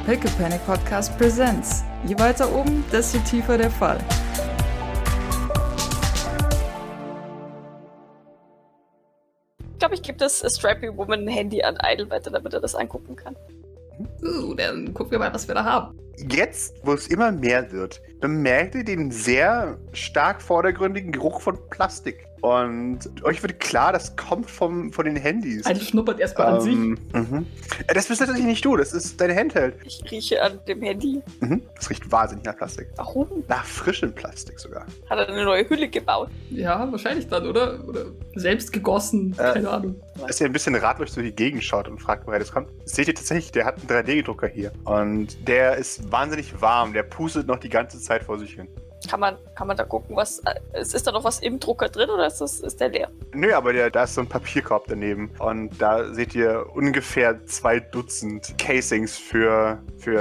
Pickle Panic Podcast Presents. Je weiter oben, desto tiefer der Fall. Ich glaube, ich gebe das Stripey Woman Handy an Idle weiter, damit er das angucken kann. Dann gucken wir mal, was wir da haben. Jetzt, wo es immer mehr wird, bemerkt ihr den sehr stark vordergründigen Geruch von Plastik. Und euch wird klar, das kommt von den Handys. Also schnuppert erstmal an sich. Das bist natürlich nicht du, das ist dein Handheld. Ich rieche an dem Handy. Das riecht wahnsinnig nach Plastik. Warum? Nach frischem Plastik sogar. Hat er eine neue Hülle gebaut? Ja, wahrscheinlich dann, oder? Oder selbst gegossen, keine Ahnung. Als ihr ein bisschen ratlos durch die Gegend schaut und fragt, woher das kommt, seht ihr tatsächlich, der hat einen 3D-Drucker hier. Und der ist wahnsinnig warm, der pustet noch die ganze Zeit vor sich hin. Kann man da gucken, was. Ist da noch was im Drucker drin oder ist der leer? Nö, aber da ist so ein Papierkorb daneben. Und da seht ihr ungefähr 2 Dutzend Casings für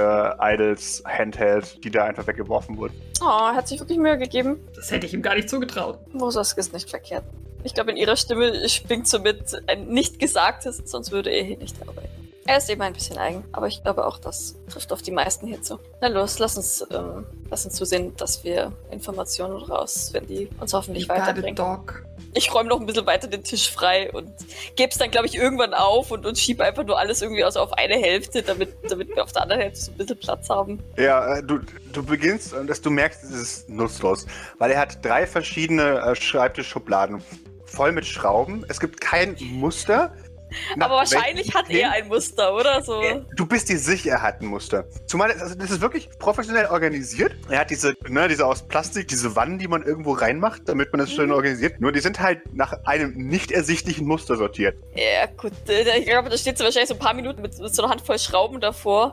Idles Handheld, die da einfach weggeworfen wurden. Oh, er hat sich wirklich Mühe gegeben. Das hätte ich ihm gar nicht zugetraut. Wosask ist nicht verkehrt. Ich glaube, in ihrer Stimme schwingt so mit ein nicht Gesagtes, sonst würde er hier nicht arbeiten. Er ist eben ein bisschen eigen, aber ich glaube auch, das trifft auf die meisten hier zu. Na los, lass uns zusehen, dass wir Informationen rausfinden, die uns hoffentlich weiterbringen. Ich räume noch ein bisschen weiter den Tisch frei und gebe es dann, glaube ich, irgendwann auf und schiebe einfach nur alles irgendwie auf eine Hälfte, damit wir auf der anderen Hälfte so ein bisschen Platz haben. Ja, du beginnst, dass du merkst, es ist nutzlos, weil er hat 3 verschiedene Schreibtischschubladen voll mit Schrauben. Es gibt kein Muster. Aber wahrscheinlich hat er ein Muster, oder so? Du bist dir sicher, er hat ein Muster. Zumal, das ist wirklich professionell organisiert. Er hat diese aus Plastik, diese Wannen, die man irgendwo reinmacht, damit man das schön organisiert. Nur die sind halt nach einem nicht ersichtlichen Muster sortiert. Ja, gut. Ich glaube, da steht sie wahrscheinlich so ein paar Minuten mit so einer Handvoll Schrauben davor,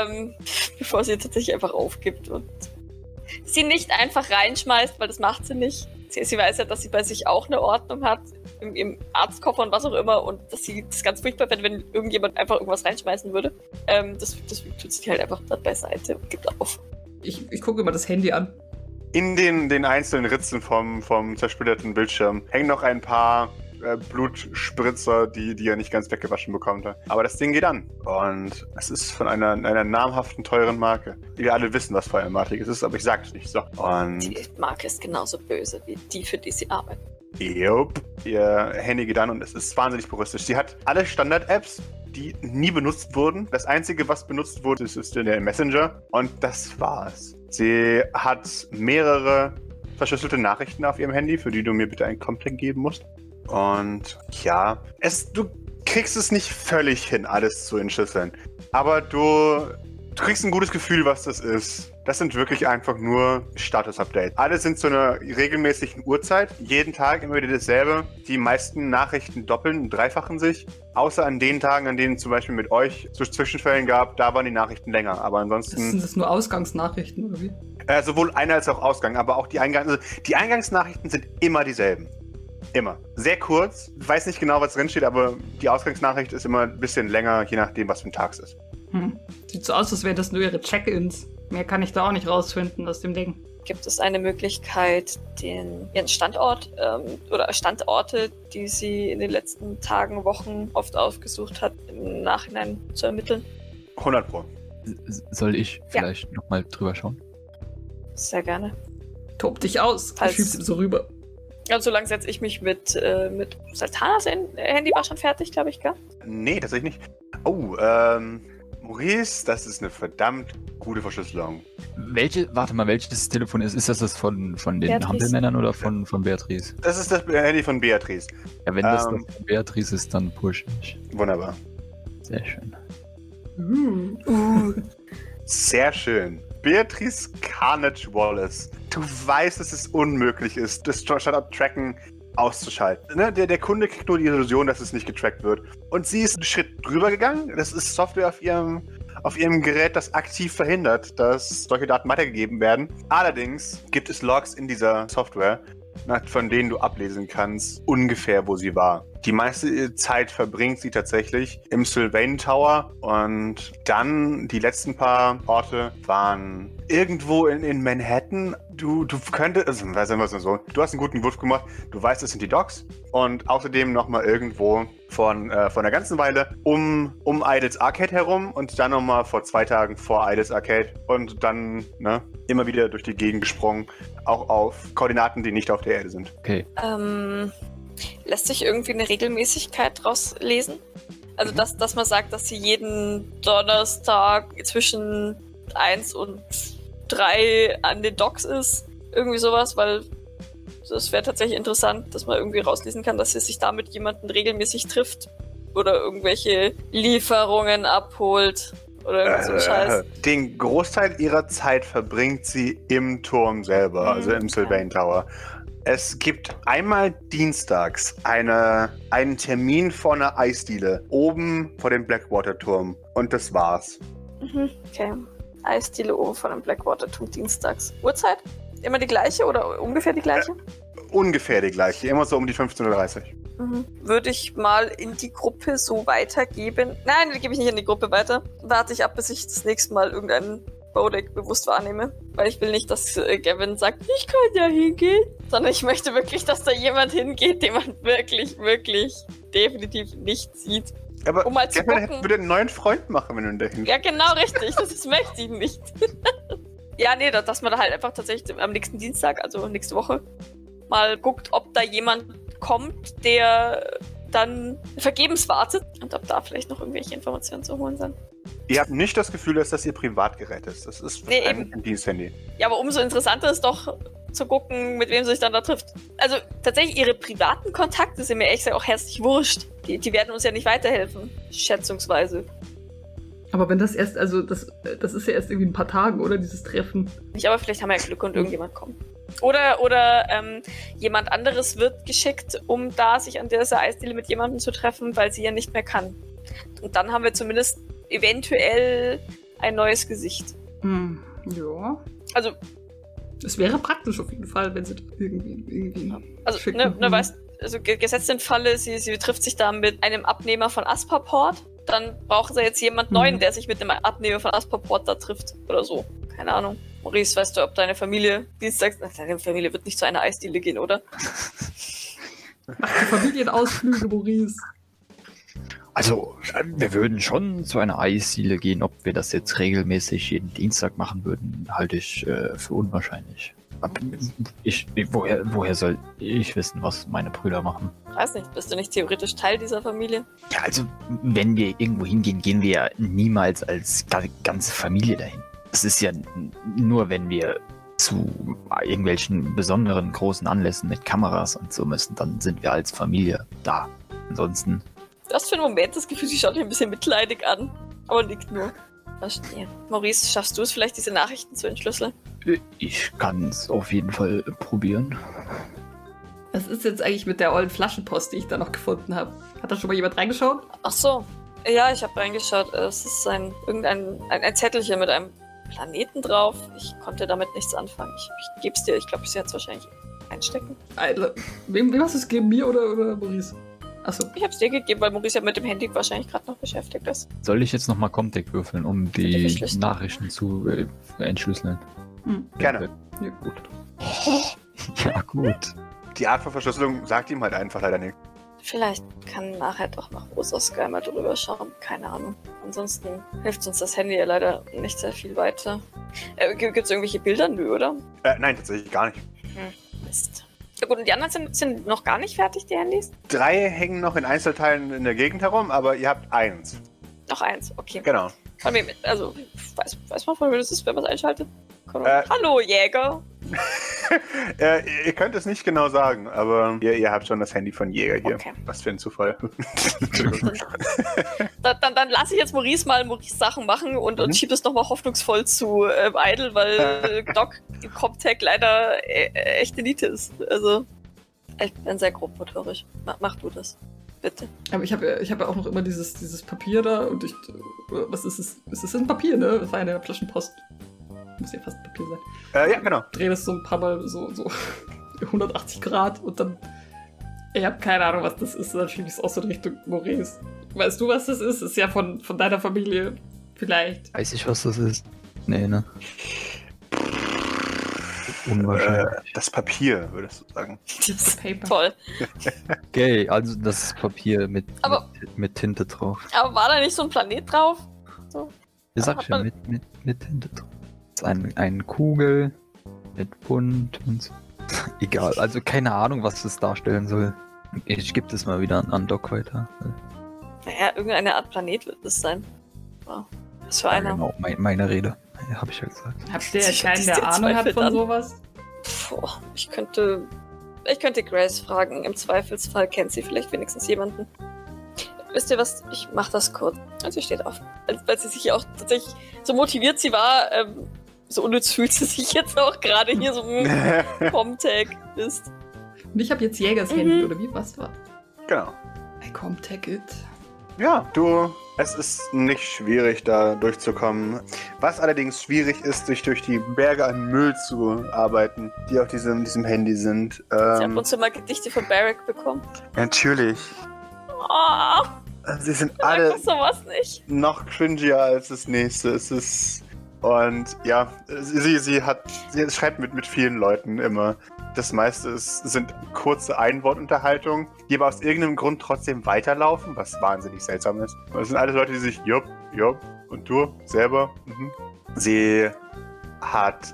bevor sie tatsächlich einfach aufgibt und sie nicht einfach reinschmeißt, weil das macht sie nicht. Sie weiß ja, dass sie bei sich auch eine Ordnung hat, im Arztkoffer und was auch immer, und dass sie das ganz furchtbar fände, wenn irgendjemand einfach irgendwas reinschmeißen würde. Deswegen tut sie halt einfach dort beiseite und gibt auf. Ich gucke immer das Handy an. In den einzelnen Ritzen vom zersplitterten Bildschirm hängen noch ein paar Blutspritzer, die er nicht ganz weggewaschen bekommt. Aber das Ding geht an. Und es ist von einer namhaften, teuren Marke. Wir alle wissen, was für eine Marke es ist, aber ich sag's nicht. So. Und die Marke ist genauso böse wie die, für die sie arbeiten. Jupp. Ihr Handy geht an und es ist wahnsinnig puristisch. Sie hat alle Standard-Apps, die nie benutzt wurden. Das Einzige, was benutzt wurde, ist der Messenger. Und das war's. Sie hat mehrere verschlüsselte Nachrichten auf ihrem Handy, für die du mir bitte einen Komplett geben musst. Und ja, du kriegst es nicht völlig hin, alles zu entschlüsseln. Aber du kriegst ein gutes Gefühl, was das ist. Das sind wirklich einfach nur Status-Updates. Alle sind zu einer regelmäßigen Uhrzeit. Jeden Tag immer wieder dasselbe. Die meisten Nachrichten doppeln und dreifachen sich. Außer an den Tagen, an denen zum Beispiel mit euch so Zwischenfällen gab, da waren die Nachrichten länger. Aber ansonsten... Sind das nur Ausgangsnachrichten, oder wie? Sowohl Ein- als auch Ausgang. Aber auch die Eingangsnachrichten sind immer dieselben. Immer. Sehr kurz. Ich weiß nicht genau, was drin steht, aber die Ausgangsnachricht ist immer ein bisschen länger, je nachdem, was für ein Tag es ist. Sieht so aus, als wären das nur ihre Check-ins. Mehr kann ich da auch nicht rausfinden aus dem Ding. Gibt es eine Möglichkeit, ihren Standort oder Standorte, die sie in den letzten Tagen, Wochen oft aufgesucht hat, im Nachhinein zu ermitteln? 100 Pro. Soll ich vielleicht nochmal drüber schauen? Sehr gerne. Tob dich aus. Ich schieb's ihm so rüber. Und solange setze ich mich mit Sultanas Handy war schon fertig, glaube ich, gell? Nee, tatsächlich nicht. Oh, Maurice, das ist eine verdammt gute Verschlüsselung. Welches Telefon ist? Ist das von den Hampelmännern oder von Beatrice? Das ist das Handy von Beatrice. Ja, wenn das von Beatrice ist, dann push ich. Wunderbar. Sehr schön. Sehr schön. Beatrice Carnage Wallace. Du weißt, dass es unmöglich ist, das Shut-Up-Tracken auszuschalten. Ne? Der Kunde kriegt nur die Illusion, dass es nicht getrackt wird. Und sie ist einen Schritt drüber gegangen. Das ist Software auf ihrem Gerät, das aktiv verhindert, dass solche Daten weitergegeben werden. Allerdings gibt es Logs in dieser Software, von denen du ablesen kannst, ungefähr, wo sie war. Die meiste Zeit verbringt sie tatsächlich im Sylvain Tower und dann die letzten paar Orte waren irgendwo in Manhattan. Du könntest, also sagen wir es mal so, du hast einen guten Wurf gemacht, du weißt, es sind die Docks und außerdem nochmal irgendwo von einer ganzen Weile um Idols Arcade herum und dann nochmal vor 2 Tagen vor Idols Arcade und dann immer wieder durch die Gegend gesprungen, auch auf Koordinaten, die nicht auf der Erde sind. Okay. Lässt sich irgendwie eine Regelmäßigkeit draus lesen? Also, dass man sagt, dass sie jeden Donnerstag zwischen 1 und 3 an den Docks ist. Irgendwie sowas, weil das wäre tatsächlich interessant, dass man irgendwie rauslesen kann, dass sie sich damit jemanden regelmäßig trifft oder irgendwelche Lieferungen abholt oder irgend so Scheiß. Den Großteil ihrer Zeit verbringt sie im Turm selber, also im Sylvain Tower. Es gibt einmal dienstags einen Termin vor einer Eisdiele oben vor dem Blackwater-Turm und das war's. Okay. Eisdiele oben vor dem Blackwater-Turm dienstags. Uhrzeit? Immer die gleiche oder ungefähr die gleiche? Ungefähr die gleiche, immer so um die 15:30 Uhr. Würde ich mal in die Gruppe so weitergeben. Nein, die gebe ich nicht in die Gruppe weiter. Warte ich ab, bis ich das nächste Mal irgendeinen Bowdeck bewusst wahrnehme. Weil ich will nicht, dass Gavin sagt, ich kann ja hingehen. Sondern ich möchte wirklich, dass da jemand hingeht, den man wirklich, wirklich definitiv nicht sieht. Aber um mal zu Gavin gucken. würde einen neuen Freund machen, wenn du da hingehst. Ja, genau, richtig. Das möchte ich nicht. Ja, nee, dass man da halt einfach tatsächlich am nächsten Dienstag, also nächste Woche, mal guckt, ob da jemand kommt, der dann vergebens wartet und ob da vielleicht noch irgendwelche Informationen zu holen sind. Ihr habt nicht das Gefühl, dass das ihr Privatgerät ist. Das ist wahrscheinlich ein Diensthandy. Ja, aber umso interessanter ist doch zu gucken, mit wem sie sich dann da trifft. Also tatsächlich, ihre privaten Kontakte sind mir ehrlich gesagt auch herzlich wurscht. Die werden uns ja nicht weiterhelfen, schätzungsweise. Aber wenn das erst, also das ist ja erst irgendwie ein paar Tage, oder, dieses Treffen. Nicht, aber vielleicht haben wir ja Glück und irgendjemand kommt. Oder jemand anderes wird geschickt, um da sich an dieser Eisdiele mit jemandem zu treffen, weil sie ja nicht mehr kann. Und dann haben wir zumindest eventuell ein neues Gesicht. Ja. Also, es wäre praktisch auf jeden Fall, wenn sie das irgendwie also, schicken. weißt, also gesetzt den Falle, sie trifft sich da mit einem Abnehmer von Asperport, dann brauchen sie jetzt jemand Neuen, der sich mit einem Abnehmer von Asperport da trifft. Oder so. Keine Ahnung. Maurice, weißt du, ob deine Familie dienstags... Deine Familie wird nicht zu einer Eisdiele gehen, oder? Mach die Familienausflüge, Maurice. Also, wir würden schon zu einer Eisdiele gehen. Ob wir das jetzt regelmäßig jeden Dienstag machen würden, halte ich für unwahrscheinlich. Woher soll ich wissen, was meine Brüder machen? Weiß nicht, bist du nicht theoretisch Teil dieser Familie? Ja, also, wenn wir irgendwo hingehen, gehen wir ja niemals als ganze Familie dahin. Es ist ja nur, wenn wir zu irgendwelchen besonderen großen Anlässen mit Kameras und so müssen, dann sind wir als Familie da. Ansonsten... Du hast für einen Moment das Gefühl, sie schaut dich ein bisschen mitleidig an. Aber liegt nur. Verstehe. Maurice, schaffst du es vielleicht, diese Nachrichten zu entschlüsseln? Ich kann es auf jeden Fall probieren. Was ist jetzt eigentlich mit der ollen Flaschenpost, die ich da noch gefunden habe? Hat da schon mal jemand reingeschaut? Ach so. Ja, ich habe reingeschaut. Es ist ein Zettelchen mit einem Planeten drauf. Ich konnte damit nichts anfangen. Ich gebe es dir. Ich glaube, ich werde es wahrscheinlich einstecken. Alter, wem hast du es gegeben? Mir oder Maurice? Achso. Ich habe es dir gegeben, weil Maurice ja mit dem Handy wahrscheinlich gerade noch beschäftigt ist. Soll ich jetzt nochmal Comtech würfeln, um die Nachrichten zu entschlüsseln? Gerne. Ja, gut. Ja, gut. Die Art von Verschlüsselung sagt ihm halt einfach leider nichts. Vielleicht kann nachher doch noch Rosa mal drüber schauen. Keine Ahnung. Ansonsten hilft uns das Handy ja leider nicht sehr viel weiter. Gibt es irgendwelche Bilder? Nö, oder? Nein, tatsächlich gar nicht. Mist. Ja gut, und die anderen sind noch gar nicht fertig, die Handys? 3 hängen noch in Einzelteilen in der Gegend herum, aber ihr habt 1. Noch 1, okay. Genau. Von wem, also, weiß man, von wem das ist, wenn man es einschaltet? Hallo, Jäger! Ihr könnt es nicht genau sagen, aber ihr habt schon das Handy von Jäger hier. Okay. Was für ein Zufall. Dann lasse ich jetzt Maurice Sachen machen und schiebe es nochmal hoffnungsvoll zu Idle, weil Doc im Comtech leider echte Elite ist. Also, ich bin sehr grobmotorisch. Mach du das. Bitte. Aber ich hab ja auch noch immer dieses Papier da und was ist es? Es ist ein Papier, ne? Das war ja eine Flaschenpost. Muss ja fast Papier sein. Ja, genau. Dreh das so ein paar Mal so 180 Grad und dann Ich habe keine Ahnung, was das ist. Dann schiebe ich es auch so in Richtung Maurice. Weißt du, was das ist? Ist ja von deiner Familie. Vielleicht. Weiß ich, was das ist? Nee, ne? Unwahrscheinlich. Das Papier, würdest du sagen. Das Paper. Toll. Okay, also das Papier mit Tinte drauf. Aber war da nicht so ein Planet drauf? So. Ich sag schon, mit Tinte drauf. Das ist eine Kugel mit Bunt und so. Egal, also keine Ahnung, was das darstellen soll. Ich gebe das mal wieder an Doc weiter. Naja, irgendeine Art Planet wird es sein. Wow. Was für Ja, einer? genau, meine Rede. Ja, hab ich ja gesagt. Habt ihr Sicher, keinen, dass der der Ahnung hat zweifelt von an. sowas? Puh, ich könnte Grace fragen. Im Zweifelsfall kennt sie vielleicht wenigstens jemanden. Wisst ihr was? Ich mach das kurz. Und sie steht auf. Weil sie sich auch tatsächlich so motiviert sie war, so unnütz fühlt sie sich jetzt auch gerade hier so Comtech ist. Und ich habe jetzt Jägers Handy, oder wie? Was war? Genau. I Comtech it. Ja, es ist nicht schwierig, da durchzukommen. Was allerdings schwierig ist, sich durch die Berge an Müll zu arbeiten, die auf diesem Handy sind. Sie ab und zu mal Gedichte von Barrack bekommen. Natürlich. Oh, Sie sind sag alle doch sowas nicht. noch cringier als das nächste. Es ist. Und ja, sie schreibt mit vielen Leuten immer. Das meiste sind kurze Einwortunterhaltungen, die aber aus irgendeinem Grund trotzdem weiterlaufen, was wahnsinnig seltsam ist. Das sind alles Leute, die sich, jupp, und du selber. Mhm. Sie hat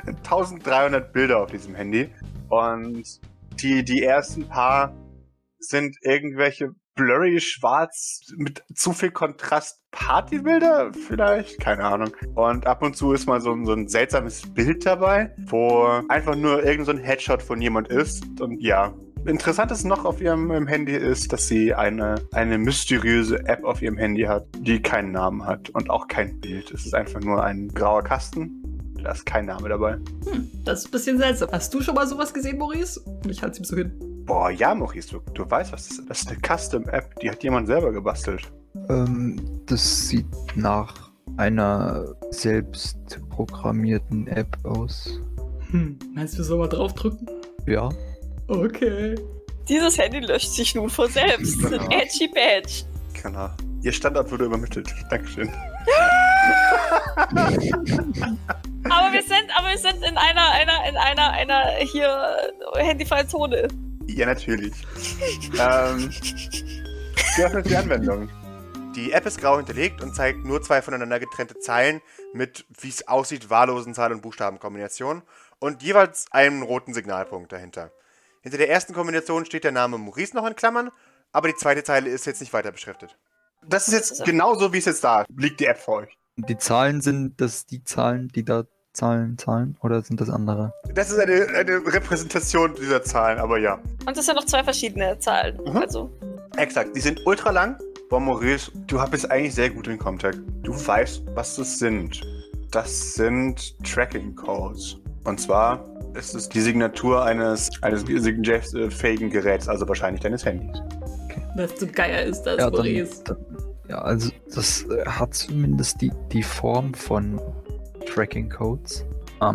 1300 Bilder auf diesem Handy und die ersten paar sind irgendwelche blurry schwarz mit zu viel Kontrast Partybilder vielleicht? Keine Ahnung. Und ab und zu ist mal so ein seltsames Bild dabei, wo einfach nur irgend so ein Headshot von jemand ist. Und ja, Interessantes noch auf ihrem Handy ist, dass sie eine mysteriöse App auf ihrem Handy hat, die keinen Namen hat und auch kein Bild. Es ist einfach nur ein grauer Kasten. Da ist kein Name dabei. Das ist ein bisschen seltsam. Hast du schon mal sowas gesehen, Maurice? Und ich halte es ihm so hin. Boah, ja, Maurice, du weißt, was das ist. Das ist eine Custom-App, die hat jemand selber gebastelt. Das sieht nach einer selbst programmierten App aus. Meinst du, wir sollen mal draufdrücken? Ja. Okay. Dieses Handy löscht sich nun von selbst. Genau. Edgy Badge. Genau. Ihr Standort wurde übermittelt. Dankeschön. Aber wir sind in einer hier handyfreien Zone. Ja, natürlich. Geöffnet die Anwendung. Die App ist grau hinterlegt und zeigt nur 2 voneinander getrennte Zeilen mit, wie es aussieht, wahllosen Zahl- und Buchstabenkombinationen und jeweils einem roten Signalpunkt dahinter. Hinter der ersten Kombination steht der Name Maurice noch in Klammern, aber die zweite Zeile ist jetzt nicht weiter beschriftet. Das ist jetzt genauso, wie es jetzt da liegt, die App vor euch. Die Zahlen sind das die Zahlen, die da Zahlen, oder sind das andere? Das ist eine Repräsentation dieser Zahlen, aber ja. Und es sind noch 2 verschiedene Zahlen. Mhm. Also. Exakt, die sind ultra lang. Boah, Maurice, du bist eigentlich sehr gut in Comtech. Du weißt, was das sind. Das sind Tracking-Codes. Und zwar ist es die Signatur eines fähigen Geräts, also wahrscheinlich deines Handys. Okay. Was zum Geier ist das, Ja, Maurice? also das hat zumindest die Form von Tracking-Codes.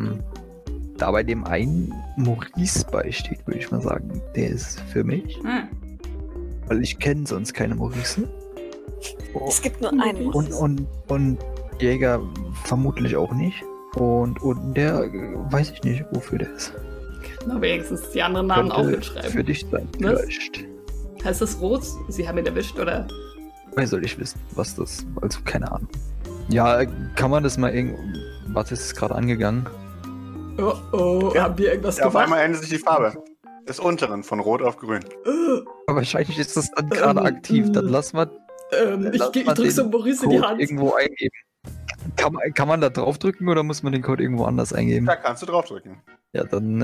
Da bei dem einen Maurice beisteht, würde ich mal sagen, der ist für mich. Weil ich kenne sonst keine Maurice. Es gibt nur einen Maurice. Und Jäger vermutlich auch nicht. Und der weiß ich nicht, wofür der ist. Na, wenigstens die anderen Namen auch mitschreiben. Für dich sein, vielleicht. Heißt das rot? Sie haben ihn erwischt, oder? Wer soll ich wissen, was das... Also, keine Ahnung. Ja, kann man das mal Was ist gerade angegangen? Oh, Ja. haben wir irgendwas Ja, auf gemacht? einmal ändert sich die Farbe. Des unteren, von rot auf grün. Aber wahrscheinlich ist das dann gerade aktiv. Dann lass mal Ich drück so Maurice in die Code Hand. irgendwo eingeben. Kann man da draufdrücken oder muss man den Code irgendwo anders eingeben? Da kannst du draufdrücken. Ja, dann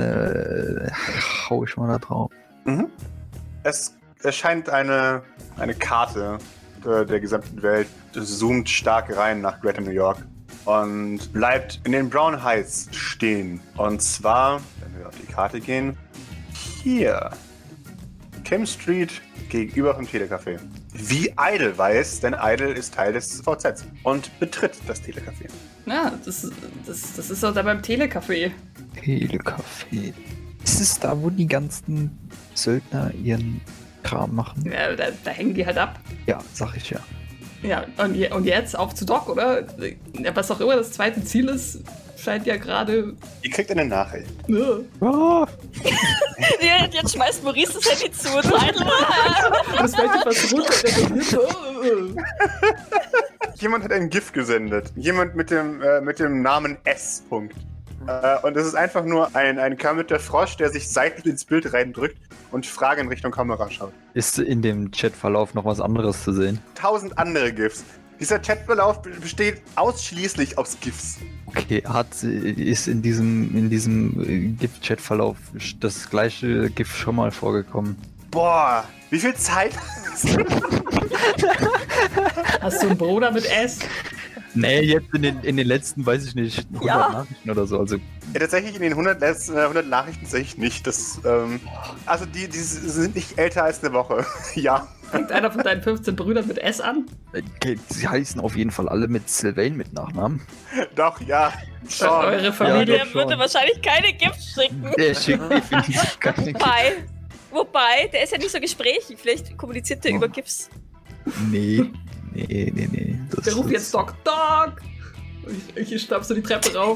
hau ich mal da drauf. Mhm. Es erscheint eine Karte der gesamten Welt. Das zoomt stark rein nach Greater New York und bleibt in den Brown Heights stehen. Und zwar, wenn wir auf die Karte gehen, hier. Kim Street gegenüber vom Telecafé. Wie Idle weiß, denn Idle ist Teil des VZs und betritt das Telecafé. Ja, das ist doch da beim Telecafé. Telecafé. Ist es da, wo die ganzen Söldner ihren Kram machen? Ja, da hängen die halt ab. Ja, sag ich ja. Ja, und jetzt auf zu Doc, oder? Ja, was auch immer das zweite Ziel ist, scheint ja gerade... Ihr kriegt eine Nachricht. Ja. Oh, Jetzt schmeißt Maurice das Handy zu und Idle. Und es fällt dir fast runter. Der reagiert. Jemand hat ein GIF gesendet. Jemand mit dem Namen S. Punkt. Und es ist einfach nur ein Kermit Frosch, der sich seitlich ins Bild reindrückt und Fragen in Richtung Kamera schaut. ist in dem Chatverlauf noch was anderes zu sehen? 1000 andere GIFs. Dieser Chatverlauf besteht ausschließlich aus GIFs. Okay, ist in diesem GIF-Chatverlauf das gleiche GIF schon mal vorgekommen? Boah, wie viel Zeit hast du? Hast du einen Bruder mit S? Nee, jetzt in den letzten, weiß ich nicht, 100 Ja. Nachrichten oder so. Also, Ja, tatsächlich in den 100 Nachrichten sehe ich nicht. Also die sind nicht älter als eine Woche. Ja. Fängt einer von deinen 15 Brüdern mit S an? okay, sie heißen auf jeden Fall alle mit Sylvain mit Nachnamen. Doch, ja. Schon. Eure Familie. Ja, Der würde wahrscheinlich keine Gifts schicken. Der schickt definitiv keine. Wobei, der ist ja nicht so gesprächig. Vielleicht kommuniziert der über GIFs. Nee. Das Der ruft ist- jetzt Doc. Ich schnapp so die Treppe rauf.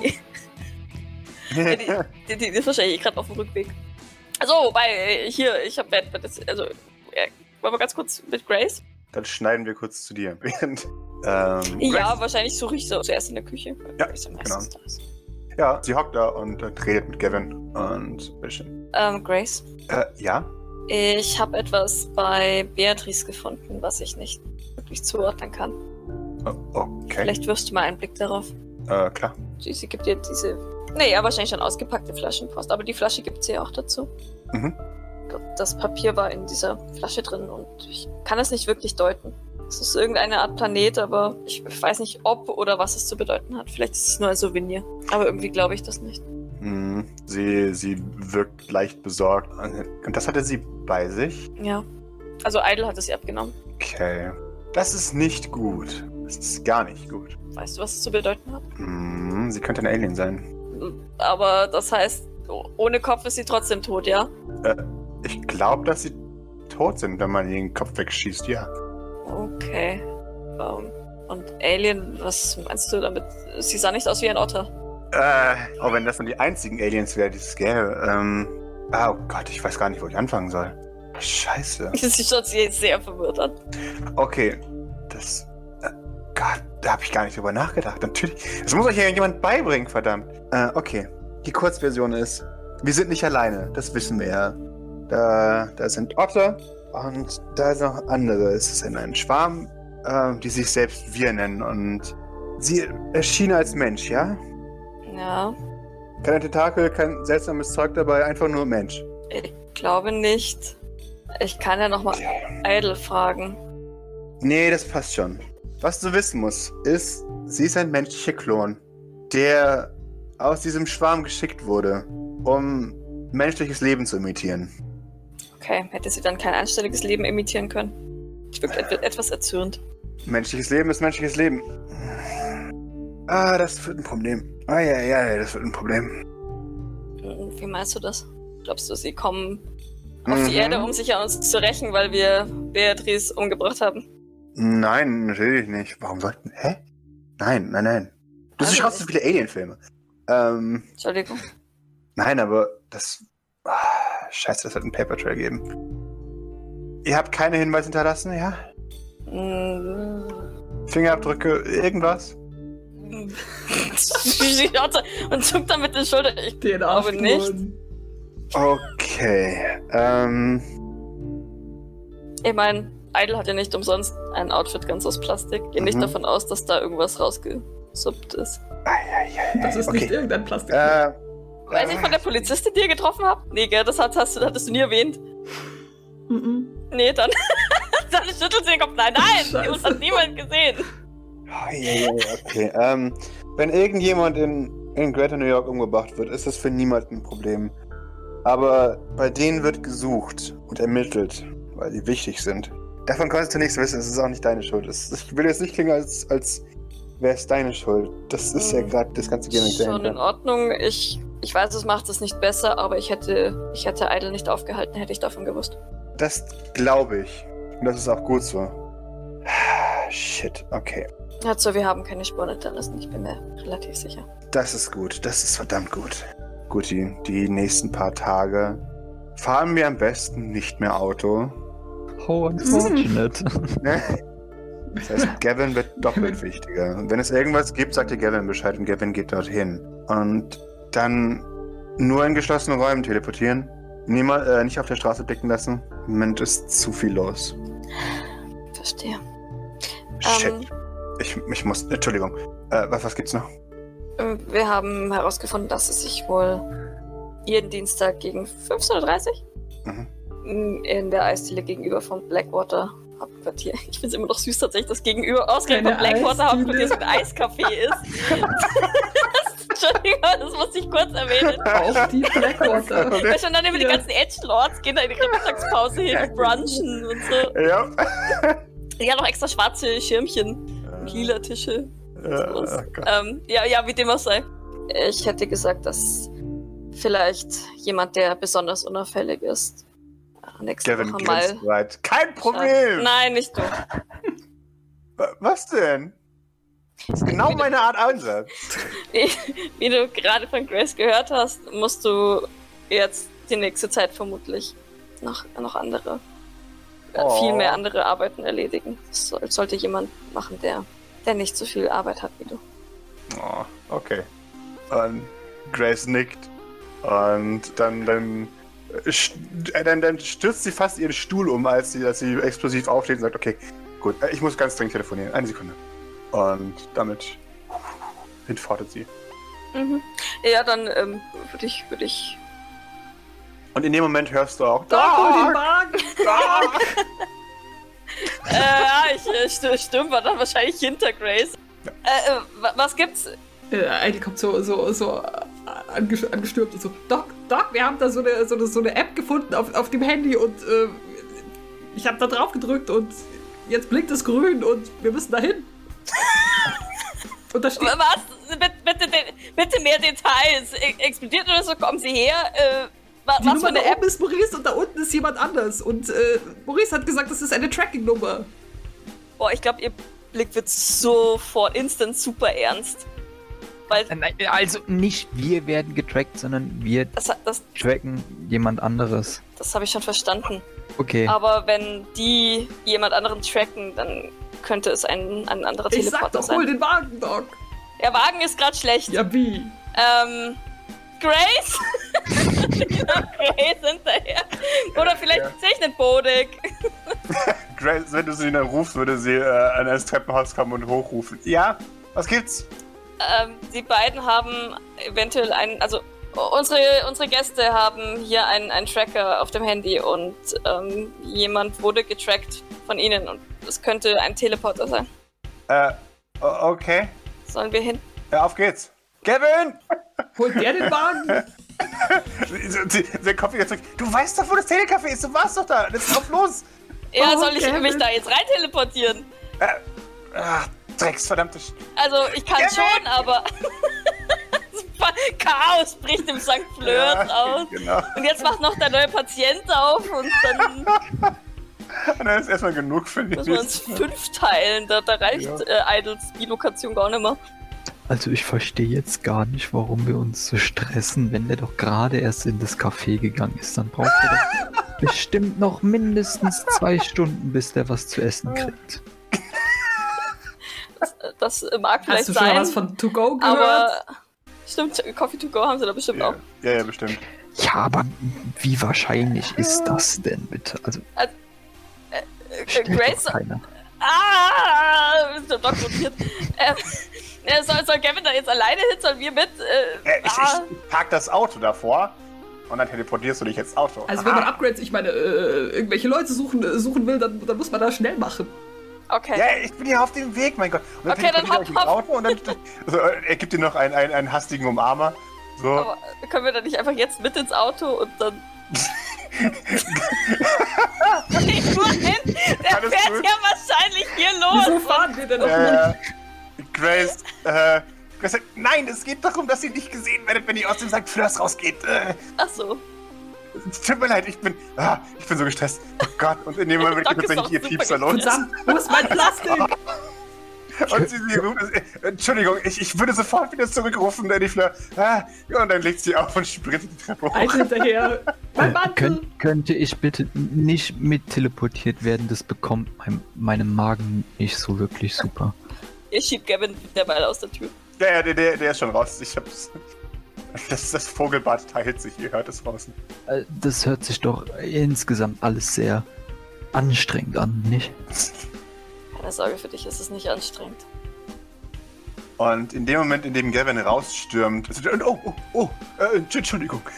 Die ist wahrscheinlich gerade auf dem Rückweg. Also, wobei, hier, ich habe wollen wir ganz kurz mit Grace? Dann schneiden wir kurz zu dir. Während, Ja, Grace, wahrscheinlich suche ich so zuerst in der Küche. Ja, Grace am meisten da ist. ja, sie hockt da und redet mit Gavin. Und bitteschön. Grace, Ja? ich habe etwas bei Beatrice gefunden, was ich nicht wirklich zuordnen kann. Okay. Vielleicht wirfst du mal einen Blick darauf. Klar. Sie gibt dir diese, naja, wahrscheinlich schon ausgepackte Flaschenpost, aber die Flasche gibt sie ja auch dazu. Mhm. Das Papier war in dieser Flasche drin und ich kann es nicht wirklich deuten. Es ist irgendeine Art Planet, aber ich weiß nicht, ob oder was es zu bedeuten hat. Vielleicht ist es nur ein Souvenir. Aber irgendwie glaube ich das nicht. Sie wirkt leicht besorgt. Und das hatte sie bei sich? Ja. Also Idle hat es ihr abgenommen. Okay. Das ist nicht gut. Das ist gar nicht gut. Weißt du, was es zu bedeuten hat? Sie könnte ein Alien sein. Aber das heißt, ohne Kopf ist sie trotzdem tot, ja? Ich glaube, dass sie tot sind, wenn man den Kopf wegschießt, ja. Okay. Und Alien, was meinst du damit? Sie sah nicht aus wie ein Otter. Auch wenn das nur die einzigen Aliens wären, die es gäbe. Oh Gott, ich weiß gar nicht, wo ich anfangen soll. Scheiße. Sie schaut sich sehr verwirrt an. Okay, das... Gott, da habe ich gar nicht drüber nachgedacht. Natürlich. Das muss euch ja jemand beibringen, verdammt. Okay. Die Kurzversion ist, wir sind nicht alleine. Das wissen wir ja. Da sind Otter und da sind noch andere. Es ist ein Schwarm, die sich selbst wir nennen. Und sie erschien als Mensch, ja? Ja, Kein Tentakel, kein seltsames Zeug dabei, einfach nur Mensch. ich glaube nicht. Ich kann ja nochmal Idle fragen. Nee, das passt schon. Was du wissen musst, ist, sie ist ein menschlicher Klon, der aus diesem Schwarm geschickt wurde, um menschliches Leben zu imitieren. Okay, hätte sie dann kein anständiges Leben imitieren können? Ich bin etwas erzürnt. Menschliches Leben ist menschliches Leben. Das wird ein Problem. Ja, das wird ein Problem. Wie meinst du das? Glaubst du, sie kommen auf die Erde, um sich an uns zu rächen, weil wir Beatrice umgebracht haben? Nein, natürlich nicht. Warum sollten... Hä? Nein. Du Also schaust so viele Alien-Filme. Entschuldigung. Nein, aber das... Scheiße, das wird einen Paper-Trail geben. Ihr habt keine Hinweise hinterlassen, ja? Fingerabdrücke, irgendwas? Sie schaut und zuckt dann mit den Schultern. Ich glaube nicht. Okay, Ich meine, Idle hat ja nicht umsonst ein Outfit ganz aus Plastik. Geh nicht davon aus, dass da irgendwas rausgesuppt ist. Das ist nicht irgendein Plastik. Weiß ich von der Polizistin, die ihr getroffen habt? Nee, gell, das hattest du nie erwähnt. Nee, dann schüttelt sie den Kopf. Nein, Scheiße. uns hat niemand gesehen. Okay, wenn irgendjemand in Greater New York umgebracht wird, ist das für niemanden ein Problem. Aber bei denen wird gesucht und ermittelt, weil die wichtig sind. Davon kannst du nichts wissen, es ist auch nicht deine Schuld. Ich will jetzt nicht klingen, als wäre es deine Schuld. Das ist ja gerade das ganze Gimmick Schon in dahinter. Ordnung. Ich Ich weiß, es macht es nicht besser, aber ich hätte Idle nicht aufgehalten, hätte ich davon gewusst. Das glaube ich. Und das ist auch gut so. Shit, okay. Also, wir haben keine Spuren hinterlassen, ich bin mir relativ sicher. Das ist gut. Das ist verdammt gut. Gut, die nächsten paar Tage fahren wir am besten nicht mehr Auto. How unfortunate. Das heißt, Gavin wird doppelt wichtiger. Und wenn es irgendwas gibt, sagt ihr Gavin Bescheid und Gavin geht dorthin. Und dann nur in geschlossenen Räumen teleportieren. Nicht auf der Straße blicken lassen. Im Moment ist zu viel los. Verstehe. Shit. Ich muss. Entschuldigung. Was gibt's noch? Wir haben herausgefunden, dass es sich wohl jeden Dienstag gegen 15:30 Uhr in der Eisdiele gegenüber von Blackwater Hauptquartier. Ich finde es immer noch süß tatsächlich, dass gegenüber ausgerechnet von Blackwater Hauptquartier so ein Eiscafé ist. Entschuldigung, das muss ich kurz erwähnen. Auch die Blackwater. Weil schon dann immer die ganzen Edgelords gehen da in ihre Mittagspause hin, brunchen und so. Ja. Die haben noch extra schwarze Schirmchen, lila Tische. Wie dem auch sei. Ich hätte gesagt, dass vielleicht jemand, der besonders unauffällig ist, nächste Gavin Woche mal... Right. Kein Problem! Nein, nicht du. Was denn? Das ist genau meine Art Ansatz. Wie du gerade von Grace gehört hast, musst du jetzt die nächste Zeit vermutlich noch andere, viel mehr andere Arbeiten erledigen. Das sollte jemand machen, der nicht so viel Arbeit hat wie du. Oh, okay. Und Grace nickt und dann stürzt sie fast ihren Stuhl um, als sie explosiv aufsteht und sagt, okay, gut, ich muss ganz dringend telefonieren. Eine Sekunde. Und damit entfaltet sie. Mhm. Ja, dann würde ich... Und in dem Moment hörst du auch... Hol den Wagen! Stimmt, war dann wahrscheinlich hinter Grace. Ja. Was gibt's? Idle kommt so angestürmt und so, Doc, wir haben da so eine App gefunden auf dem Handy und ich habe da drauf gedrückt und jetzt blinkt es grün und wir müssen da hin. Und da steht... Was? Bitte mehr Details. Explodiert oder so, kommen Sie her. Die Nummer da oben ist Maurice und da unten ist jemand anders. Und Maurice hat gesagt, das ist eine Tracking-Nummer. Boah, ich glaube, ihr Blick wird sofort instant super ernst. Weil Also nicht wir werden getrackt, sondern wir tracken jemand anderes. Das habe ich schon verstanden. Okay. Aber wenn die jemand anderen tracken, dann könnte es ein anderer Teleporter sein. Hol den Wagen, Doc. Der Wagen ist gerade schlecht. Ja, wie? Grace? Grace hinterher. Oder vielleicht sehe ich einen Bodig. Grace, wenn du sie dann rufst, würde sie an das Treppenhaus kommen und hochrufen. Ja, was gibt's? Die beiden haben eventuell unsere Gäste haben hier einen Tracker auf dem Handy und jemand wurde getrackt von ihnen und es könnte ein Teleporter sein. Okay. Sollen wir hin? Ja, auf geht's. Gavin! Holt der den Wagen? Der Kopf wieder zurück. Du weißt doch, wo das Telecafé ist. Du warst doch da. Jetzt auf los. Ja, soll ich mich da jetzt rein teleportieren? Drecksverdammte Also, ich kann schon, aber... Chaos bricht im St. Fleurs aus. Genau. Und jetzt macht noch der neue Patient auf und dann... Und dann ist erstmal genug für die. Müssen wir uns 5 teilen. Da reicht Idles Bilokation gar nicht mehr. Also ich verstehe jetzt gar nicht, warum wir uns so stressen, wenn der doch gerade erst in das Café gegangen ist. Dann braucht er doch bestimmt noch mindestens 2 Stunden, bis der was zu essen kriegt. Das mag vielleicht sein. Hast du schon was von To Go gehört? Aber stimmt, Coffee To Go haben sie da bestimmt auch. Ja, bestimmt. Ja, aber wie wahrscheinlich ist das denn bitte? Also Grace... keiner. Ist der Doc rotiert. Soll Gavin da jetzt alleine hin? Sollen wir mit? Ich park das Auto davor und dann teleportierst du dich ins Auto. Also wenn man Upgrades, irgendwelche Leute suchen will, dann muss man das schnell machen. Okay. Ja, ich bin ja auf dem Weg, mein Gott. Und okay, dann hopp. Auto und dann also, er gibt dir noch einen hastigen Umarmer. So. Aber können wir dann nicht einfach jetzt mit ins Auto und dann... Ich meine, der fährt ja wahrscheinlich hier los. Wieso fahren wir denn noch nicht? Grace, Nein, es geht darum, dass ihr nicht gesehen werdet, wenn ihr aus dem St. Fleurs rausgeht. Ach so. Tut mir leid, ich bin so gestresst. Oh Gott, und in dem Moment geht tatsächlich ihr Piepser los. Und sagt, wo ist mein Plastik? Und sie ruft, Entschuldigung, ich würde sofort wieder zurückrufen, Lady Fleur. Und dann legt sie auf und sprintet die Treppe hoch. Eins hinterher. Mein Mantel. Könnte ich bitte nicht mit teleportiert werden? Das bekommt meinem Magen nicht so wirklich super. Ihr schiebt Gavin derweil aus der Tür. Ja, der ist schon raus. Ich hab's. Das Vogelbad teilt sich, ihr hört es draußen. Das hört sich doch insgesamt alles sehr anstrengend an, nicht? Keine Sorge, für dich ist es nicht anstrengend. Und in dem Moment, in dem Gavin rausstürmt, Entschuldigung.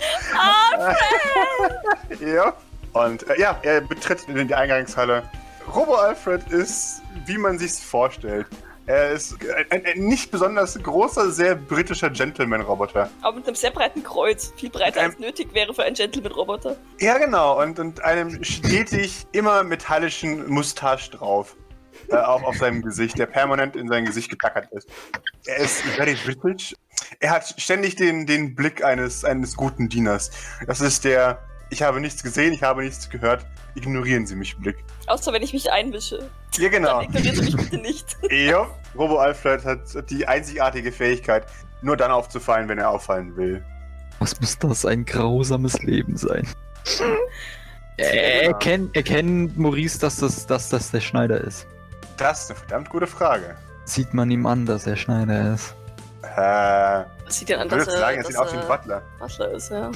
Ja. Und er betritt in die Eingangshalle. Robo-Alfred ist, wie man sich's vorstellt. Er ist ein nicht besonders großer, sehr britischer Gentleman-Roboter. Aber mit einem sehr breiten Kreuz. Viel breiter als nötig wäre für einen Gentleman-Roboter. Ja, genau. Und einem stetig immer metallischen Mustache drauf. Auf seinem Gesicht, der permanent in sein Gesicht getackert ist. Er ist very British. Er hat ständig den Blick eines guten Dieners. Das ist der, ich habe nichts gesehen, ich habe nichts gehört, ignorieren Sie mich Blick. Außer wenn ich mich einmische. Ja, genau. Dann ignorieren Sie mich bitte nicht. Ja, Robo-Alfred hat die einzigartige Fähigkeit, nur dann aufzufallen, wenn er auffallen will. Was muss das ein grausames Leben sein? Erkennt Maurice, dass das der Schneider ist? Das ist eine verdammt gute Frage. Sieht man ihm an, dass er Schneider ist? Was sieht denn an, dass er sieht aus wie ein Butler. Butler ist, ja.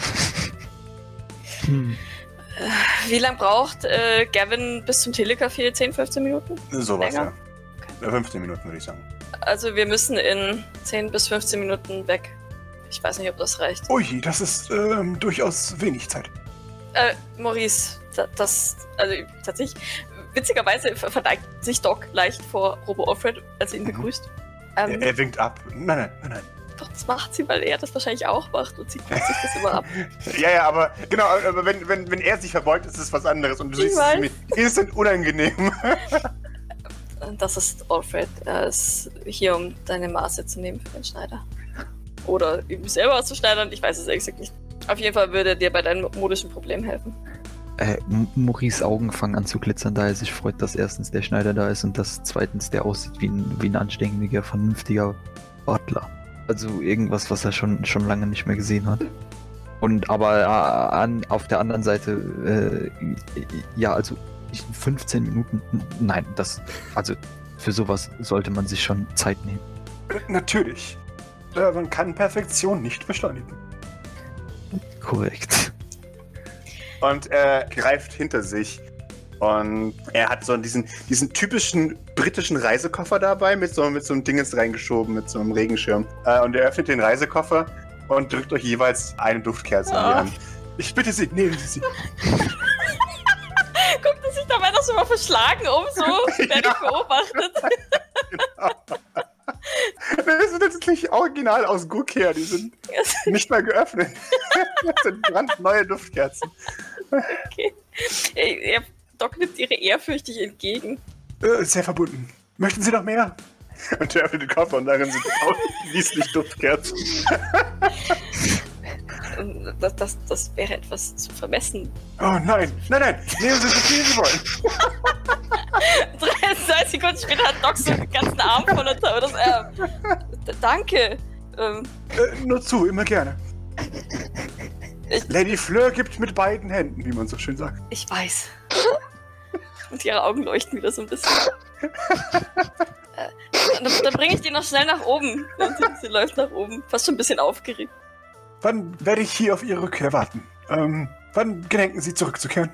Wie lange braucht Gavin bis zum Telecafé? 10, 15 Minuten? Sowas, Länger? Ja. 15 Minuten, würde ich sagen. Also wir müssen in 10 bis 15 Minuten weg. Ich weiß nicht, ob das reicht. Ui, das ist durchaus wenig Zeit. Maurice, tatsächlich, witzigerweise verneigt sich Doc leicht vor Robo-Alfred, als er ihn begrüßt. Er winkt ab. Nein. Doch, das macht sie, weil er das wahrscheinlich auch macht und sie guckt sich das immer ab. Ja, aber genau, aber wenn er sich verbeugt, ist es was anderes und du siehst es mir instant unangenehm. Das ist Alfred. Er ist hier, um deine Maße zu nehmen für den Schneider. Oder ihm selber auszuschneidern, ich weiß es ehrlich gesagt nicht. Auf jeden Fall würde er dir bei deinem modischen Problem helfen. Maurice' Augen fangen an zu glitzern, da er sich freut, dass erstens der Schneider da ist und dass zweitens der aussieht wie ein anständiger, vernünftiger Butler. Also irgendwas, was er schon lange nicht mehr gesehen hat. Und aber auf der anderen Seite, also 15 Minuten, nein, also für sowas sollte man sich schon Zeit nehmen. Natürlich. Man kann Perfektion nicht beschleunigen. Korrekt. Und er greift hinter sich und er hat so diesen typischen britischen Reisekoffer dabei mit so einem Dingens reingeschoben, mit so einem Regenschirm. Und er öffnet den Reisekoffer und drückt euch jeweils eine Duftkerze in die Hand. Ich bitte Sie, nehmen Sie sie. Guckt er sich dabei noch so mal verschlagen so werde ich beobachtet. Genau. Das sind tatsächlich original aus Guck her, die sind nicht mal geöffnet. Das sind brandneue Duftkerzen. Okay. Doc nimmt ihre ehrfürchtig entgegen. Sehr verbunden. Möchten Sie noch mehr? Und er öffnet den Koffer und darin sind ausschließlich Duftkerzen. Das wäre etwas zu vermessen. Oh nein. Nehmen Sie so viel Sie wollen. 3 Sekunden später hat Doc so einen ganzen Arm voller Tauber. Danke. Nur zu, immer gerne. Lady Fleur gibt mit beiden Händen, wie man so schön sagt. Ich weiß. Und ihre Augen leuchten wieder so ein bisschen. Dann bringe ich die noch schnell nach oben. Und sie läuft nach oben. Fast schon ein bisschen aufgeregt. Wann werde ich hier auf Ihre Rückkehr warten? Wann gedenken Sie zurückzukehren?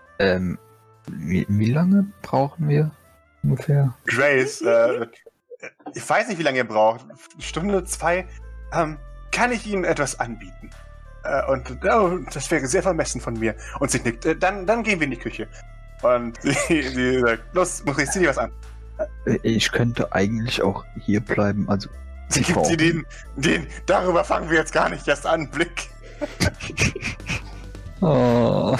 Wie lange brauchen wir ungefähr? Grace, ich weiß nicht, wie lange ihr braucht. Stunde, 2. Kann ich Ihnen etwas anbieten? Das wäre sehr vermessen von mir. Und sie nickt. Dann gehen wir in die Küche. Und sie sagt, los, Maurice, zieh dir was an. Ich könnte eigentlich auch hier bleiben, also... Sie gibt sie den, darüber fangen wir jetzt gar nicht erst an, Blick. Oh.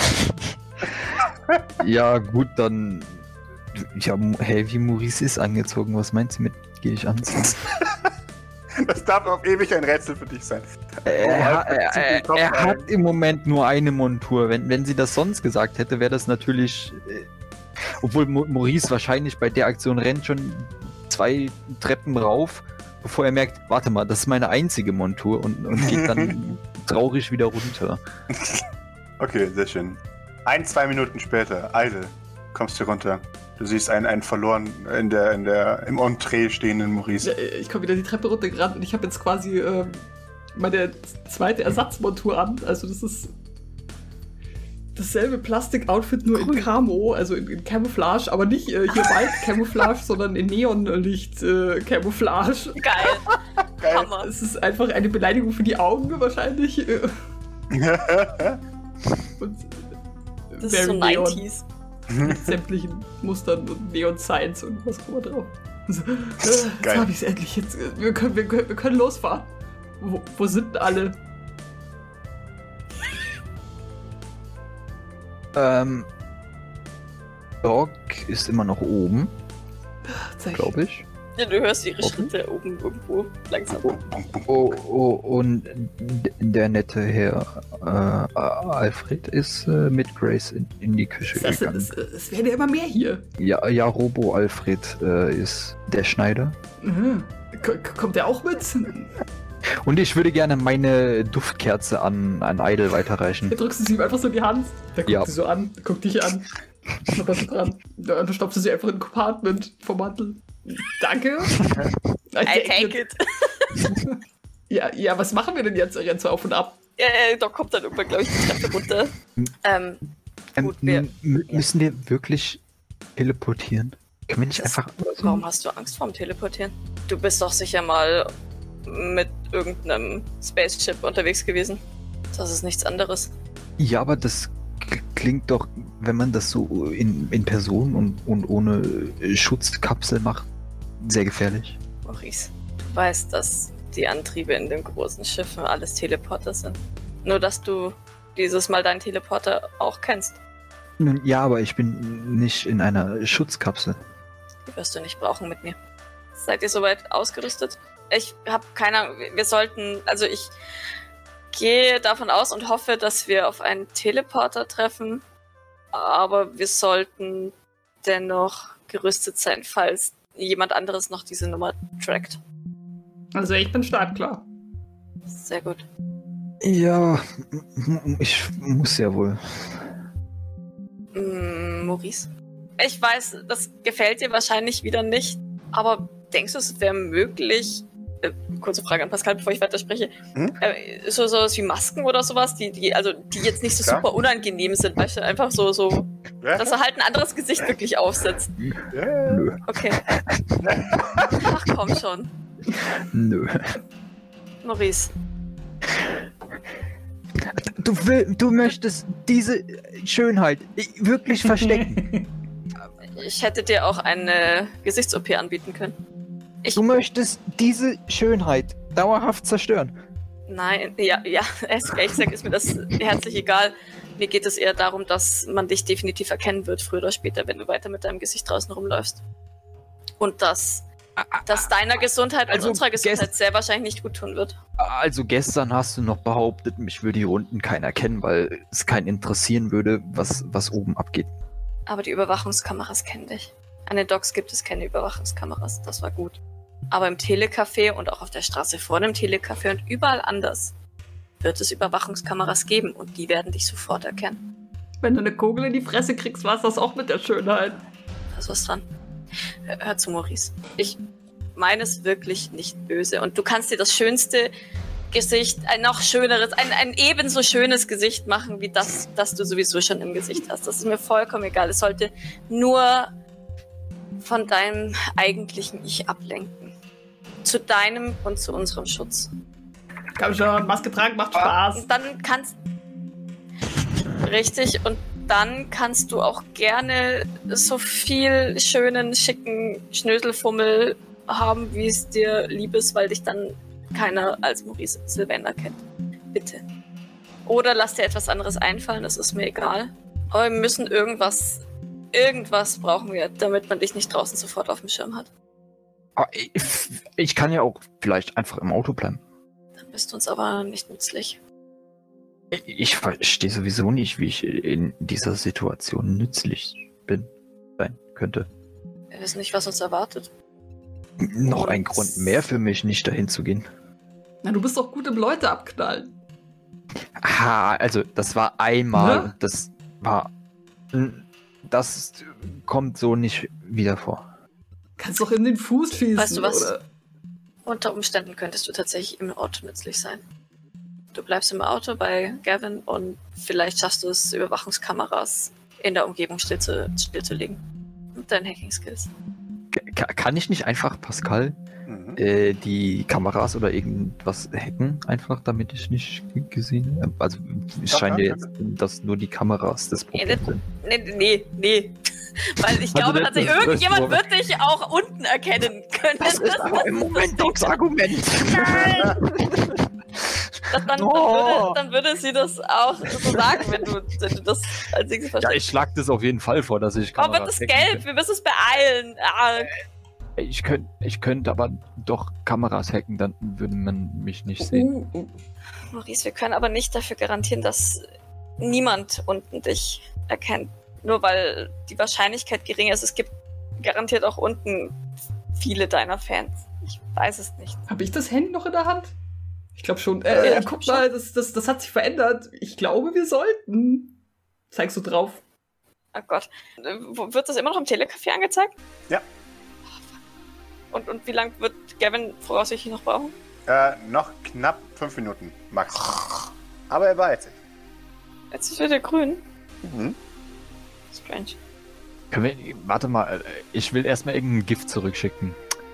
Ja, gut, dann... Ja, Heavy Maurice ist angezogen. Was meint sie mit, gehe ich anziehen? Das darf auf ewig ein Rätsel für dich sein. Er hat im Moment nur eine Montur. Wenn sie das sonst gesagt hätte, wäre das natürlich... obwohl Maurice wahrscheinlich bei der Aktion rennt schon 2 Treppen rauf, bevor er merkt, warte mal, das ist meine einzige Montur und geht dann traurig wieder runter. Okay, sehr schön. 1-2 Minuten später, Eidel, kommst du runter. Du siehst einen verloren im Entree stehenden Maurice. Ja, ich komme wieder die Treppe runtergerannt und ich habe jetzt quasi meine zweite Ersatzmontur an. Also das ist dasselbe Plastik-Outfit, nur in Camo, also in Camouflage, aber nicht hier Wald-Camouflage, sondern in Neonlicht-Camouflage. Geil. Hammer. Es ist einfach eine Beleidigung für die Augen wahrscheinlich. Und Das ist so Neon 90s. mit sämtlichen Mustern und Neon-Signs und was auch immer drauf. So, jetzt Geil. habe ich es endlich. Jetzt, wir können losfahren. Wo sind denn alle? Doc ist immer noch oben, glaube ich. Ja, du hörst ihre Schritte oben irgendwo langsam. Und der nette Herr Alfred ist mit Grace in die Küche gegangen. Es werden ja immer mehr hier. Ja, Robo Alfred ist der Schneider. Mhm. Kommt der auch mit? Und ich würde gerne meine Duftkerze an Eidel weiterreichen. Du drückst sie ihm einfach so in die Hand. Der guckt Ja. sie so an, guckt dich an. Schnuppert dran. Dann stopfst du sie einfach in ein Compartment vom Mantel. Danke. I take it. Ja, was machen wir denn jetzt? Rennst du auf und ab? Doc kommt dann irgendwann, glaube ich, die Treppe runter. Gut, müssen wir wirklich teleportieren? Können wir nicht einfach... Warum hast du Angst vorm Teleportieren? Du bist doch sicher mal mit irgendeinem Spaceship unterwegs gewesen. Das ist nichts anderes. Ja, aber das klingt doch, wenn man das so in Person und ohne Schutzkapsel macht, sehr gefährlich. Maurice, du weißt, dass die Antriebe in den großen Schiffen alles Teleporter sind. Nur, dass du dieses Mal deinen Teleporter auch kennst. Nun, ja, aber ich bin nicht in einer Schutzkapsel. Die wirst du nicht brauchen mit mir. Seid ihr soweit ausgerüstet? Ich habe keine Ahnung, wir sollten, also ich gehe davon aus und hoffe, dass wir auf einen Teleporter treffen, aber wir sollten dennoch gerüstet sein, falls jemand anderes noch diese Nummer trackt. Also ich bin startklar. Sehr gut. Ja, ich muss ja wohl. Maurice? Ich weiß, das gefällt dir wahrscheinlich wieder nicht, aber denkst du, es wäre möglich, kurze Frage an Pascal, bevor ich weiterspreche, sowas wie Masken oder sowas, die jetzt nicht so super unangenehm sind, weißt du, einfach so, dass er halt ein anderes Gesicht wirklich aufsetzt. Nö. Okay. Ach komm schon. Nö. Maurice. Du möchtest diese Schönheit wirklich verstecken. Ich hätte dir auch eine Gesichts-OP anbieten können. Du möchtest diese Schönheit dauerhaft zerstören. Nein, ja, ehrlich gesagt ist mir das herzlich egal. Mir geht es eher darum, dass man dich definitiv erkennen wird, früher oder später, wenn du weiter mit deinem Gesicht draußen rumläufst. Und dass deiner Gesundheit und unserer Gesundheit sehr wahrscheinlich nicht gut tun wird. Also gestern hast du noch behauptet, mich würde hier unten keiner kennen, weil es keinen interessieren würde, was oben abgeht. Aber die Überwachungskameras kennen dich. An den Docks gibt es keine Überwachungskameras, das war gut. Aber im Telecafé und auch auf der Straße vor dem Telecafé und überall anders wird es Überwachungskameras geben und die werden dich sofort erkennen. Wenn du eine Kugel in die Fresse kriegst, war es das auch mit der Schönheit. Da ist was dran. Hör zu, Maurice. Ich meine es wirklich nicht böse und du kannst dir das schönste Gesicht, ein noch schöneres, ein ebenso schönes Gesicht machen, wie das du sowieso schon im Gesicht hast. Das ist mir vollkommen egal. Es sollte nur von deinem eigentlichen Ich ablenken. Zu deinem und zu unserem Schutz. Komm schon, Maske tragen macht Spaß. Und dann Richtig, und dann kannst du auch gerne so viel schönen, schicken Schnöselfummel haben, wie es dir lieb ist, weil dich dann keiner als Maurice Sylvain kennt. Bitte. Oder lass dir etwas anderes einfallen, das ist mir egal. Aber wir müssen irgendwas brauchen wir, damit man dich nicht draußen sofort auf dem Schirm hat. Aber ich kann ja auch vielleicht einfach im Auto bleiben. Dann bist du uns aber nicht nützlich. Ich verstehe sowieso nicht, wie ich in dieser Situation nützlich sein könnte. Wir wissen nicht, was uns erwartet. Noch ein Grund mehr für mich, nicht dahin zu gehen. Na, du bist doch gut im Leute abknallen. Also das war einmal. Ne? Das kommt so nicht wieder vor. Kannst doch in den Fuß schießen, Weißt du was? oder? Unter Umständen könntest du tatsächlich im Auto nützlich sein. Du bleibst im Auto bei Gavin und vielleicht schaffst du es, Überwachungskameras in der Umgebung stillzulegen. Und deine Hacking-Skills. Kann ich nicht einfach, Pascal, die Kameras oder irgendwas hacken, einfach, damit ich nicht gesehen habe? Also es scheint ja jetzt, dass nur die Kameras das Problem sind. Nee. Weil ich glaube, tatsächlich irgendjemand wird dich auch unten erkennen können. Das ist aber im Moment doch das Argument. Dann würde sie das auch so sagen, wenn du das als nächstes verstehst. Ja, ich schlag das auf jeden Fall vor, dass ich Oh, Kameras wird das hacken gelb? kann. Wir müssen es beeilen. Ich könnte aber doch Kameras hacken, dann würde man mich nicht sehen. Maurice, wir können aber nicht dafür garantieren, dass niemand unten dich erkennt. Nur weil die Wahrscheinlichkeit gering ist. Es gibt garantiert auch unten viele deiner Fans. Ich weiß es nicht. Habe ich das Handy noch in der Hand? Ich glaube schon. Ja, Guck mal, das hat sich verändert. Ich glaube, wir sollten. Zeigst du drauf? Oh Gott. Wird das immer noch im Telecafé angezeigt? Ja. Und wie lange wird Gavin voraussichtlich noch brauchen? Noch knapp 5 Minuten, max. Aber er beeilt sich. Jetzt ist wieder grün. Mhm. Strange. Warte mal, ich will erstmal irgendein Gift zurückschicken.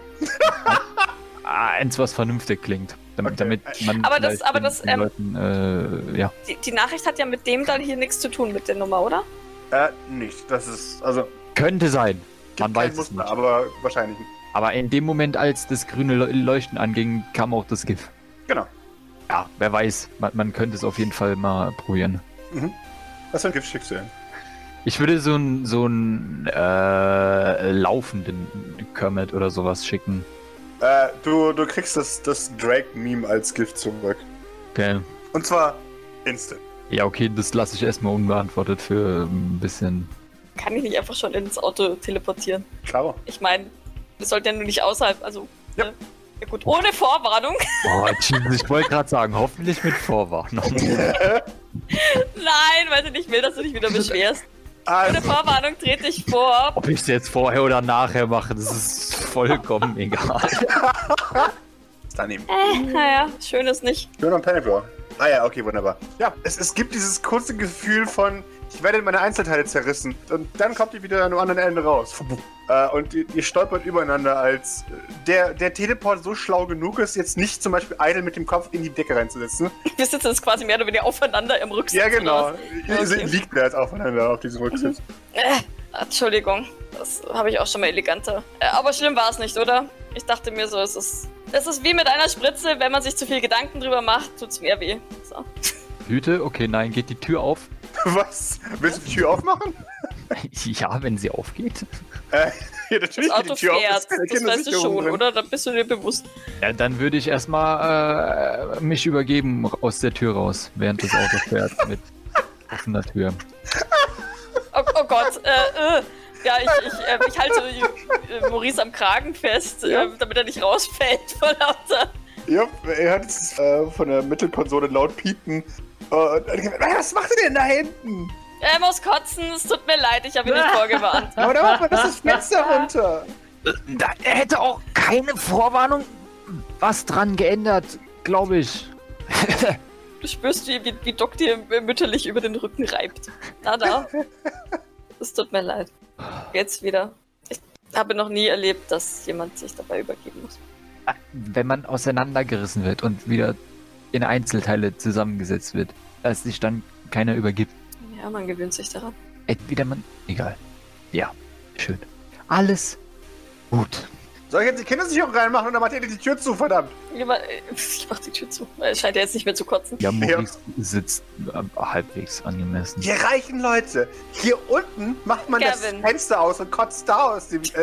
Eins, was vernünftig klingt. Damit man Aber das- den Leuten, ja. Die Nachricht hat ja mit dem dann hier nichts zu tun mit der Nummer, oder? Nicht. Das ist, also, Könnte sein. Man kein weiß es Muster, nicht. aber wahrscheinlich nicht. Aber in dem Moment, als das grüne Leuchten anging, kam auch das Gift. Genau. Ja, wer weiß. Man könnte es auf jeden Fall mal probieren. Was für ein Gift schickst du denn? Ich würde so einen laufenden Kermit oder sowas schicken. Du kriegst das Drake-Meme als Gift zurück. Okay. Und zwar instant. Ja, okay, das lasse ich erstmal unbeantwortet für ein bisschen. Kann ich nicht einfach schon ins Auto teleportieren? Klar. Ich meine, wir sollten ja nur nicht außerhalb, also... Ja. Ja gut, ohne Vorwarnung. Oh, Jesus, ich wollte gerade sagen, hoffentlich mit Vorwarnung. Nein, weil ich nicht will, dass du dich wieder beschwerst. Ohne Also, Vorwarnung trete ich vor. Ob ich es jetzt vorher oder nachher mache, das ist vollkommen egal. dann eben. Naja, schön ist nicht. Ich bin noch ein Panic Roll. Ah ja, okay, wunderbar. Ja, es gibt dieses kurze Gefühl von, ich werde in meine Einzelteile zerrissen. Und dann kommt ihr wieder an einem anderen Ende raus. Und ihr stolpert übereinander, als der Teleport so schlau genug ist, jetzt nicht zum Beispiel idle mit dem Kopf in die Decke reinzusetzen. Wir sitzen jetzt quasi mehr oder weniger aufeinander im Rücksitz. Ja, genau. oder Ihr Okay. liegt da jetzt aufeinander auf diesem Rücksitz. Entschuldigung, das habe ich auch schon mal eleganter. Aber schlimm war es nicht, oder? Ich dachte mir so, es ist wie mit einer Spritze, wenn man sich zu viel Gedanken drüber macht, tut's mehr weh. So. Hüte, okay, nein, geht die Tür auf? Was? Willst du die Tür aufmachen? Ja, wenn sie aufgeht. Ja, natürlich Das geht Auto die Tür auf. fährt, ist keine das weißt du Kindersicherung schon, drin. oder? Da bist du dir bewusst. Ja, dann würde ich erstmal mich übergeben aus der Tür raus, während das Auto fährt mit offener Tür. Oh Gott, ja, ich halte Maurice am Kragen fest, Ja. damit er nicht rausfällt vor lauter. Ja, er hat es von der Mittelkonsole laut piepen. Und was macht ihr denn da hinten? Er muss kotzen, es tut mir leid, ich habe ihn nicht vorgewarnt. Aber da macht man das Fenster runter. Da hätte auch keine Vorwarnung was dran geändert, glaube ich. Du spürst, wie Doc dir mütterlich über den Rücken reibt. Na da. Es tut mir leid. Jetzt wieder. Ich habe noch nie erlebt, dass jemand sich dabei übergeben muss. Wenn man auseinandergerissen wird und wieder in Einzelteile zusammengesetzt wird, dass sich dann keiner übergibt. Ja, man gewöhnt sich daran. Entweder man... Egal. Ja, schön. Alles gut. Soll ich jetzt die Kindersicherung reinmachen und dann macht ihr die Tür zu, verdammt? Ich mach die Tür zu, weil es scheint ja jetzt nicht mehr zu kotzen. Ja, Maurice sitzt halbwegs angemessen. Hier reichen Leute. Hier unten macht man das Gavin. Fenster aus und kotzt da aus dem...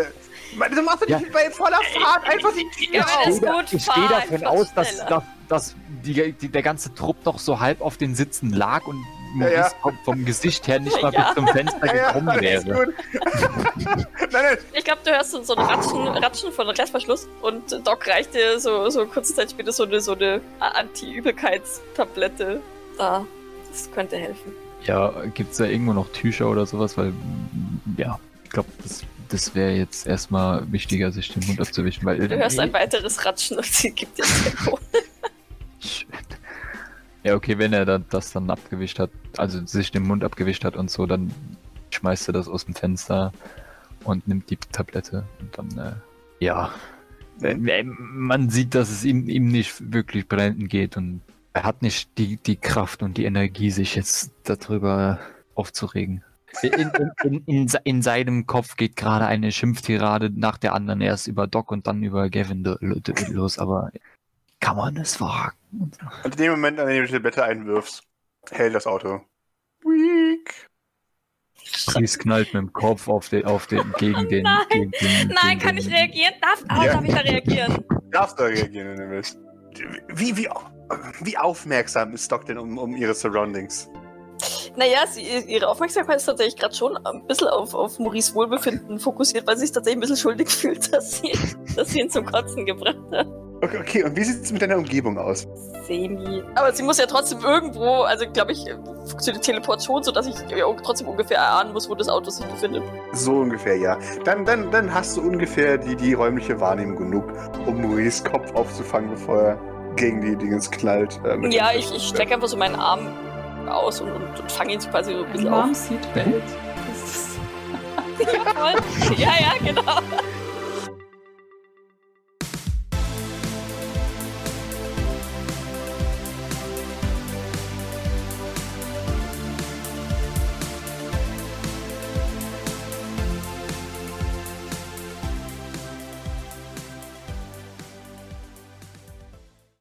Du machst doch nicht bei voller Fahrt einfach die Tür Ja, auf. wenn es gut Ich stehe fahr, davon einfach aus, schneller. dass der ganze Trupp noch so halb auf den Sitzen lag und Maurice vom Gesicht her nicht mal Ja. bis zum Fenster gekommen alles wäre. gut. nein. Ich glaube, du hörst so ein Ratschen von Reißverschluss und Doc reicht dir so kurze Zeit später so eine Anti-Übelkeitstablette. Da, das könnte helfen. Ja, gibt's da irgendwo noch Tücher oder sowas? Weil, ja, ich glaube, das wäre jetzt erstmal wichtiger, sich den Mund abzuwischen. Weil Du hörst ein weiteres Ratschen und sie gibt dir Tempo. Schön. Ja, okay, wenn er das dann abgewischt hat, also sich den Mund abgewischt hat und so, dann schmeißt er das aus dem Fenster und nimmt die Tablette und dann, ja. Man sieht, dass es ihm nicht wirklich brennend geht und er hat nicht die Kraft und die Energie, sich jetzt darüber aufzuregen. In seinem Kopf geht gerade eine Schimpftirade nach der anderen, erst über Doc und dann über Gavin los, aber kann man es wagen? Und in dem Moment, an dem du die Tablette einwirfst, hält das Auto. Weak. Chris knallt mit dem Kopf gegen den. Nein, kann ich reagieren? Darf ich da reagieren? Darfst du reagieren, wenn du willst. Wie aufmerksam ist Doc denn um ihre Surroundings? Naja, ihre Aufmerksamkeit ist tatsächlich gerade schon ein bisschen auf Maurice Wohlbefinden fokussiert, weil sie sich tatsächlich ein bisschen schuldig fühlt, dass sie ihn zum Kotzen gebracht hat. Okay, und wie sieht es mit deiner Umgebung aus? Semi. Aber sie muss ja trotzdem irgendwo, also glaube ich, funktioniert Teleport schon, sodass ich ja trotzdem ungefähr erahnen muss, wo das Auto sich befindet. So ungefähr, ja. Dann hast du ungefähr die räumliche Wahrnehmung genug, um Maurice Kopf aufzufangen, bevor er gegen die Dingens knallt. Ja, ich strecke einfach so meinen Arm aus und fange ihn quasi so ein bisschen Mom auf. sieht Welt. Ja, voll. Ja, genau.